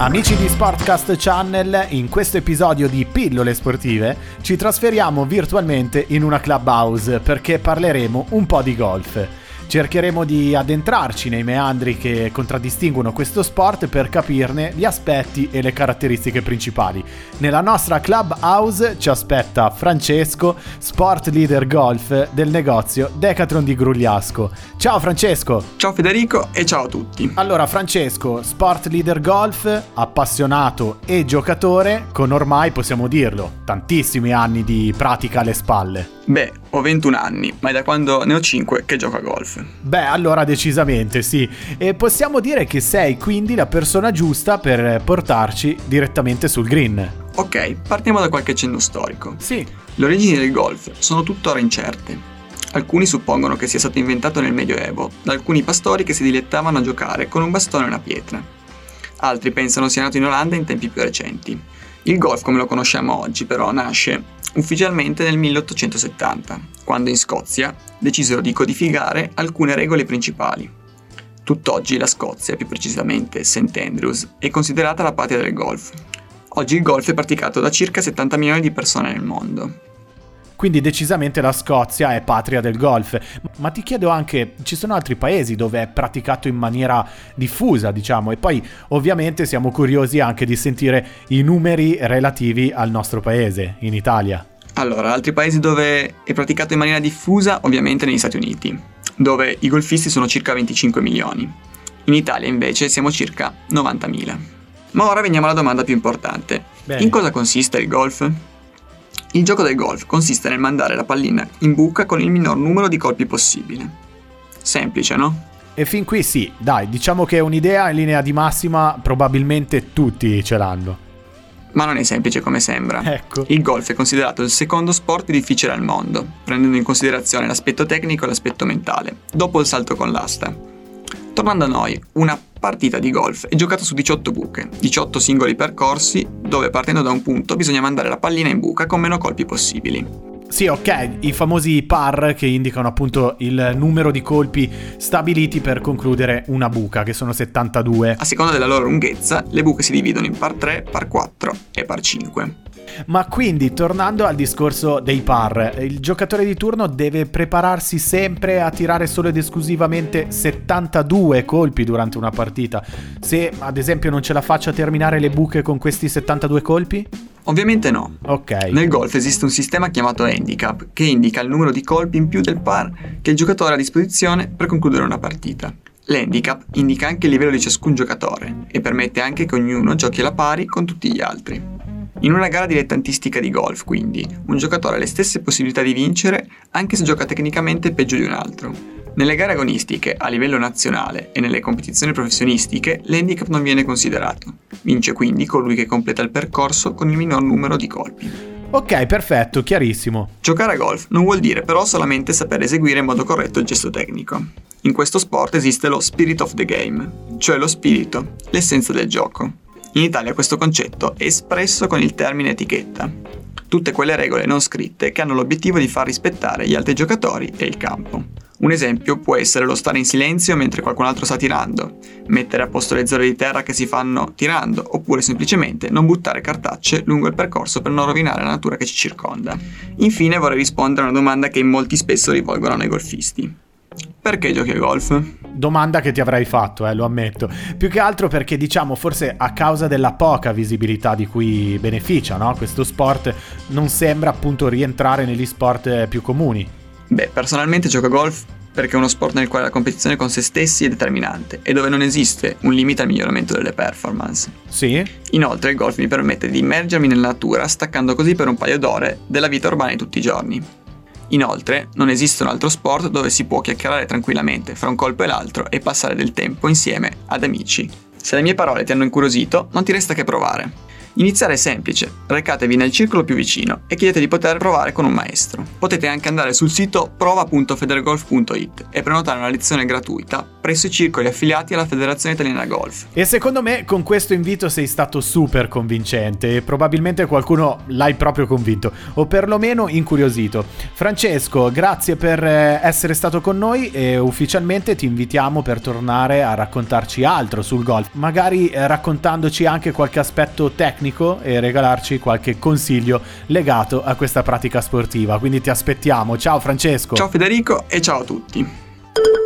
Amici di Sportcast Channel, in questo episodio di Pillole Sportive ci trasferiamo virtualmente in una clubhouse perché parleremo un po' di golf. Cercheremo di addentrarci nei meandri che contraddistinguono questo sport per capirne gli aspetti e le caratteristiche principali. Nella nostra clubhouse ci aspetta Francesco, sport leader golf del negozio Decathlon di Grugliasco. Ciao Francesco! Ciao Federico e ciao a tutti! Allora Francesco, sport leader golf, appassionato e giocatore con ormai, possiamo dirlo, tantissimi anni di pratica alle spalle. Beh, ho 21 anni, ma è da quando ne ho 5 che gioco a golf. Beh, allora decisamente sì. E possiamo dire che sei quindi la persona giusta per portarci direttamente sul green. Ok, partiamo da qualche cenno storico. Sì. Le origini del golf sono tuttora incerte. Alcuni suppongono che sia stato inventato nel Medioevo, da alcuni pastori che si dilettavano a giocare con un bastone e una pietra. Altri pensano sia nato in Olanda in tempi più recenti. Il golf come lo conosciamo oggi però nasce ufficialmente nel 1870, quando in Scozia decisero di codificare alcune regole principali. Tutt'oggi la Scozia, più precisamente St. Andrews, è considerata la patria del golf. Oggi il golf è praticato da circa 70 milioni di persone nel mondo. Quindi decisamente la Scozia è patria del golf. Ma ti chiedo anche, ci sono altri paesi dove è praticato in maniera diffusa, diciamo, e poi ovviamente siamo curiosi anche di sentire i numeri relativi al nostro paese, in Italia. Allora, altri paesi dove è praticato in maniera diffusa, ovviamente negli Stati Uniti, dove i golfisti sono circa 25 milioni. In Italia invece siamo circa 90.000. Ma ora veniamo alla domanda più importante. Bene. In cosa consiste il golf? Il gioco del golf consiste nel mandare la pallina in buca con il minor numero di colpi possibile. Semplice, no? E fin qui sì, dai, diciamo che un'idea in linea di massima probabilmente tutti ce l'hanno. Ma non è semplice come sembra. Ecco. Il golf è considerato il secondo sport più difficile al mondo, prendendo in considerazione l'aspetto tecnico e l'aspetto mentale, dopo il salto con l'asta. Tornando a noi, una partita di golf è giocata su 18 buche, 18 singoli percorsi, dove partendo da un punto bisogna mandare la pallina in buca con meno colpi possibili. Sì, ok, i famosi par che indicano appunto il numero di colpi stabiliti per concludere una buca, che sono 72. A seconda della loro lunghezza, le buche si dividono in par 3, par 4 e par 5. Ma quindi, tornando al discorso dei par, il giocatore di turno deve prepararsi sempre a tirare solo ed esclusivamente 72 colpi durante una partita. Se, ad esempio, non ce la faccia a terminare le buche con questi 72 colpi? Ovviamente no. Ok. Nel golf esiste un sistema chiamato handicap, che indica il numero di colpi in più del par che il giocatore ha a disposizione per concludere una partita. L'handicap indica anche il livello di ciascun giocatore e permette anche che ognuno giochi alla pari con tutti gli altri. In una gara dilettantistica di golf, quindi, un giocatore ha le stesse possibilità di vincere anche se gioca tecnicamente peggio di un altro. Nelle gare agonistiche a livello nazionale e nelle competizioni professionistiche l'handicap non viene considerato. Vince quindi colui che completa il percorso con il minor numero di colpi. Ok, perfetto, chiarissimo. Giocare a golf non vuol dire però solamente saper eseguire in modo corretto il gesto tecnico. In questo sport esiste lo spirit of the game, cioè lo spirito, l'essenza del gioco. In Italia questo concetto è espresso con il termine etichetta. Tutte quelle regole non scritte che hanno l'obiettivo di far rispettare gli altri giocatori e il campo. Un esempio può essere lo stare in silenzio mentre qualcun altro sta tirando, mettere a posto le zone di terra che si fanno tirando, oppure semplicemente non buttare cartacce lungo il percorso per non rovinare la natura che ci circonda. Infine vorrei rispondere a una domanda che in molti spesso rivolgono ai golfisti. Perché giochi a golf? Domanda che ti avrei fatto, lo ammetto. Più che altro perché, diciamo, forse a causa della poca visibilità di cui beneficia, no? Questo sport non sembra appunto rientrare negli sport più comuni. Beh, personalmente gioco a golf perché è uno sport nel quale la competizione con se stessi è determinante e dove non esiste un limite al miglioramento delle performance. Sì? Inoltre il golf mi permette di immergermi nella natura, staccando così per un paio d'ore della vita urbana di tutti i giorni. Inoltre, non esiste un altro sport dove si può chiacchierare tranquillamente fra un colpo e l'altro e passare del tempo insieme ad amici. Se le mie parole ti hanno incuriosito, non ti resta che provare. Iniziare è semplice, recatevi nel circolo più vicino e chiedete di poter provare con un maestro. Potete anche andare sul sito prova.federgolf.it e prenotare una lezione gratuita presso i circoli affiliati alla Federazione Italiana Golf. E secondo me con questo invito sei stato super convincente e probabilmente qualcuno l'hai proprio convinto o perlomeno incuriosito. Francesco, grazie per essere stato con noi e ufficialmente ti invitiamo per tornare a raccontarci altro sul golf, magari raccontandoci anche qualche aspetto tecnico e regalarci qualche consiglio legato a questa pratica sportiva. Quindi ti aspettiamo. Ciao Francesco. Ciao Federico e ciao a tutti.